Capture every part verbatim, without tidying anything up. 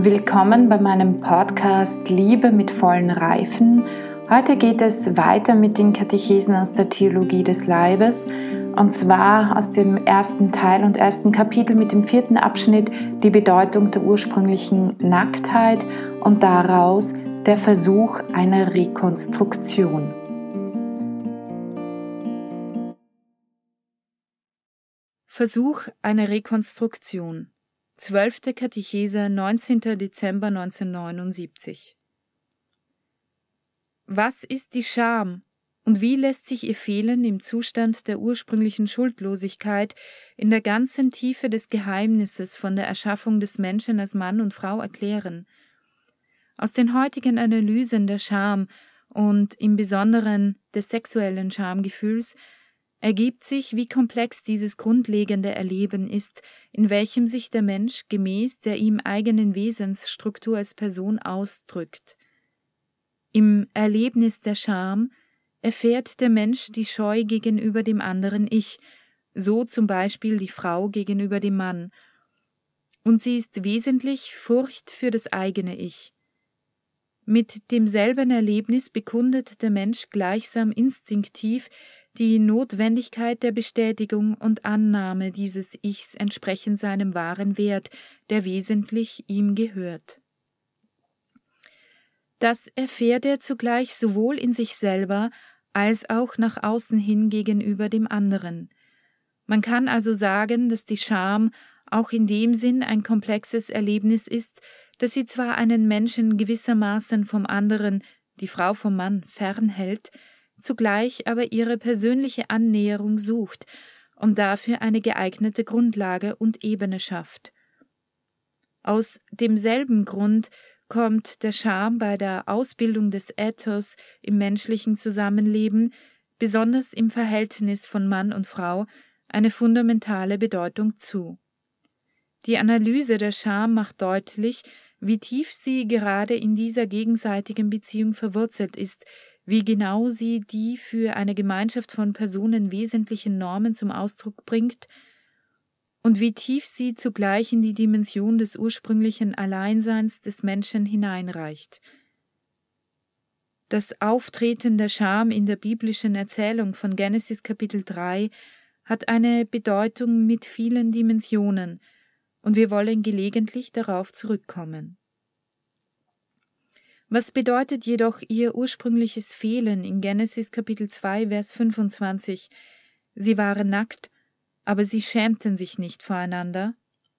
Willkommen bei meinem Podcast Liebe mit vollen Reifen. Heute geht es weiter mit den Katechesen aus der Theologie des Leibes, und zwar aus dem ersten Teil und ersten Kapitel mit dem vierten Abschnitt, die Bedeutung der ursprünglichen Nacktheit und daraus der Versuch einer Rekonstruktion. Versuch einer Rekonstruktion. Zwölfte Katechese, neunzehnter Dezember neunzehnhundertneunundsiebzig. Was ist die Scham und wie lässt sich ihr Fehlen im Zustand der ursprünglichen Schuldlosigkeit in der ganzen Tiefe des Geheimnisses von der Erschaffung des Menschen als Mann und Frau erklären? Aus den heutigen Analysen der Scham und im Besonderen des sexuellen Schamgefühls ergibt sich, wie komplex dieses grundlegende Erleben ist, in welchem sich der Mensch gemäß der ihm eigenen Wesensstruktur als Person ausdrückt. Im Erlebnis der Scham erfährt der Mensch die Scheu gegenüber dem anderen Ich, so zum Beispiel die Frau gegenüber dem Mann, und sie ist wesentlich Furcht für das eigene Ich. Mit demselben Erlebnis bekundet der Mensch gleichsam instinktiv die Notwendigkeit der Bestätigung und Annahme dieses Ichs entsprechend seinem wahren Wert, der wesentlich ihm gehört. Das erfährt er zugleich sowohl in sich selber als auch nach außen hin gegenüber dem anderen. Man kann also sagen, dass die Scham auch in dem Sinn ein komplexes Erlebnis ist, dass sie zwar einen Menschen gewissermaßen vom anderen, die Frau vom Mann, fernhält, zugleich aber ihre persönliche Annäherung sucht und dafür eine geeignete Grundlage und Ebene schafft. Aus demselben Grund kommt der Scham bei der Ausbildung des Ethos im menschlichen Zusammenleben, besonders im Verhältnis von Mann und Frau, eine fundamentale Bedeutung zu. Die Analyse der Scham macht deutlich, wie tief sie gerade in dieser gegenseitigen Beziehung verwurzelt ist, wie genau sie die für eine Gemeinschaft von Personen wesentlichen Normen zum Ausdruck bringt und wie tief sie zugleich in die Dimension des ursprünglichen Alleinseins des Menschen hineinreicht. Das Auftreten der Scham in der biblischen Erzählung von Genesis Kapitel drei hat eine Bedeutung mit vielen Dimensionen, und wir wollen gelegentlich darauf zurückkommen. Was bedeutet jedoch ihr ursprüngliches Fehlen in Genesis Kapitel zwei, Vers fünfundzwanzig? Sie waren nackt, aber sie schämten sich nicht voreinander.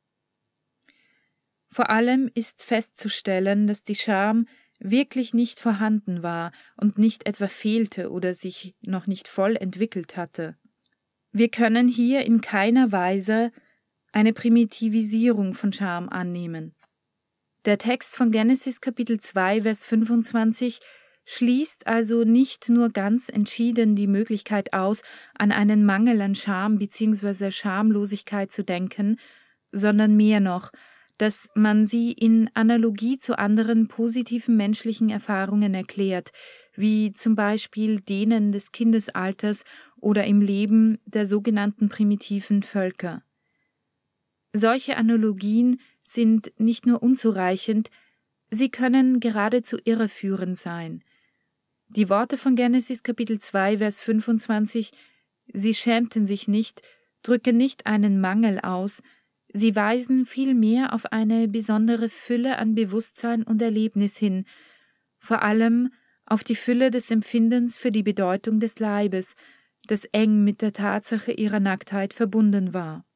Vor allem ist festzustellen, dass die Scham wirklich nicht vorhanden war und nicht etwa fehlte oder sich noch nicht voll entwickelt hatte. Wir können hier in keiner Weise eine Primitivisierung von Scham annehmen. Der Text von Genesis Kapitel zwei, Vers fünfundzwanzig schließt also nicht nur ganz entschieden die Möglichkeit aus, an einen Mangel an Scham bzw. Schamlosigkeit zu denken, sondern mehr noch, dass man sie in Analogie zu anderen positiven menschlichen Erfahrungen erklärt, wie zum Beispiel denen des Kindesalters oder im Leben der sogenannten primitiven Völker. Solche Analogien sind nicht nur unzureichend, sie können geradezu irreführend sein. Die Worte von Genesis Kapitel zwei, Vers fünfundzwanzig, sie schämten sich nicht, drücken nicht einen Mangel aus, sie weisen vielmehr auf eine besondere Fülle an Bewusstsein und Erlebnis hin, vor allem auf die Fülle des Empfindens für die Bedeutung des Leibes, das eng mit der Tatsache ihrer Nacktheit verbunden war.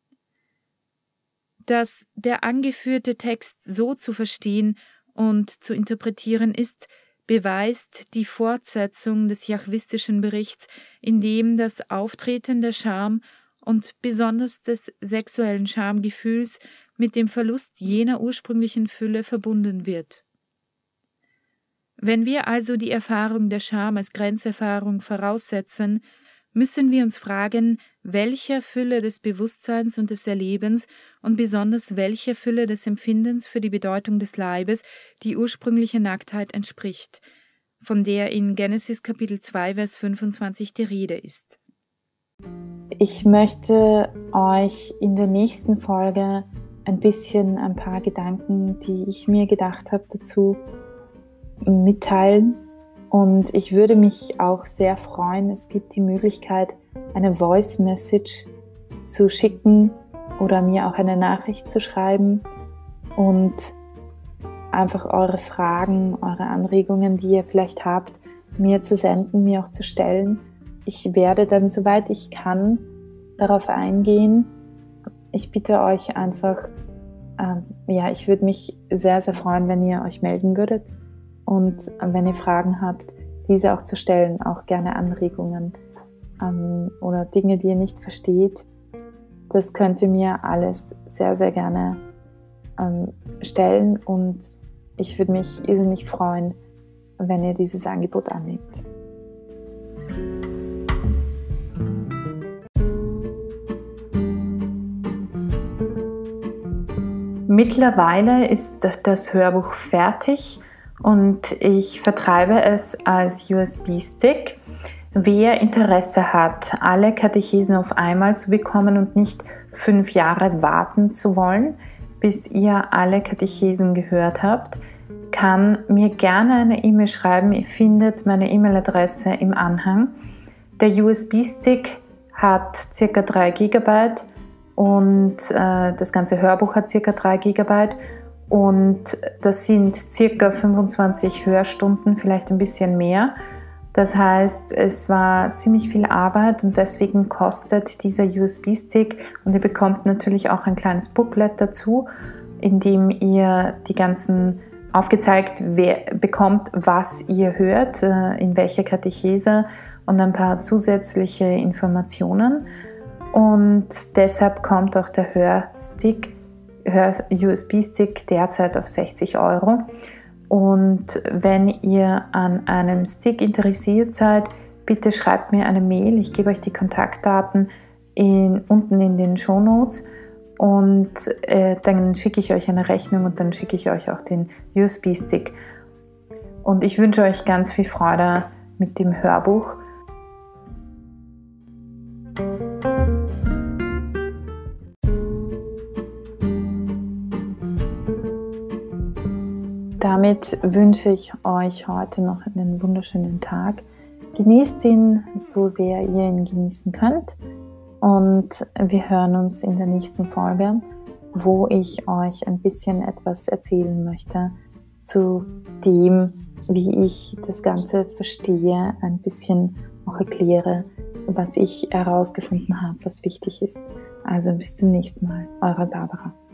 Dass der angeführte Text so zu verstehen und zu interpretieren ist, beweist die Fortsetzung des jahwistischen Berichts, in dem das Auftreten der Scham und besonders des sexuellen Schamgefühls mit dem Verlust jener ursprünglichen Fülle verbunden wird. Wenn wir also die Erfahrung der Scham als Grenzerfahrung voraussetzen, müssen wir uns fragen, welcher Fülle des Bewusstseins und des Erlebens und besonders welcher Fülle des Empfindens für die Bedeutung des Leibes die ursprüngliche Nacktheit entspricht, von der in Genesis Kapitel zwei, Vers fünfundzwanzig die Rede ist. Ich möchte euch in der nächsten Folge ein bisschen ein paar Gedanken, die ich mir gedacht habe, dazu mitteilen. Und ich würde mich auch sehr freuen, es gibt die Möglichkeit, eine Voice Message zu schicken oder mir auch eine Nachricht zu schreiben und einfach eure Fragen, eure Anregungen, die ihr vielleicht habt, mir zu senden, mir auch zu stellen. Ich werde dann, soweit ich kann, darauf eingehen. Ich bitte euch einfach, ähm, ja, ich würde mich sehr, sehr freuen, wenn ihr euch melden würdet und wenn ihr Fragen habt, diese auch zu stellen, auch gerne Anregungen ähm, oder Dinge, die ihr nicht versteht. Das könnt ihr mir alles sehr, sehr gerne ähm, stellen und ich würde mich irrsinnig freuen, wenn ihr dieses Angebot annehmt. Mittlerweile ist das Hörbuch fertig und ich vertreibe es als U S B-Stick. Wer Interesse hat, alle Katechesen auf einmal zu bekommen und nicht fünf Jahre warten zu wollen, bis ihr alle Katechesen gehört habt, kann mir gerne eine E-Mail schreiben. Ihr findet meine E-Mail-Adresse im Anhang. Der U S B-Stick hat ca. drei Gigabyte und äh, das ganze Hörbuch hat ca. drei Gigabyte und das sind ca. fünfundzwanzig Hörstunden, vielleicht ein bisschen mehr. Das heißt, es war ziemlich viel Arbeit und deswegen kostet dieser U S B-Stick und ihr bekommt natürlich auch ein kleines Booklet dazu, in dem ihr die ganzen aufgezeigt wer, bekommt, was ihr hört, in welcher Katechese und ein paar zusätzliche Informationen. Und deshalb kommt auch der Hörstick, Hör-U S B-Stick derzeit auf sechzig Euro. Und wenn ihr an einem Stick interessiert seid, bitte schreibt mir eine Mail. Ich gebe euch die Kontaktdaten in, unten in den Shownotes und äh, dann schicke ich euch eine Rechnung und dann schicke ich euch auch den U S B-Stick. Und ich wünsche euch ganz viel Freude mit dem Hörbuch. Damit wünsche ich euch heute noch einen wunderschönen Tag. Genießt ihn so sehr ihr ihn genießen könnt. Und wir hören uns in der nächsten Folge, wo ich euch ein bisschen etwas erzählen möchte zu dem, wie ich das Ganze verstehe, ein bisschen auch erkläre, was ich herausgefunden habe, was wichtig ist. Also bis zum nächsten Mal, eure Barbara.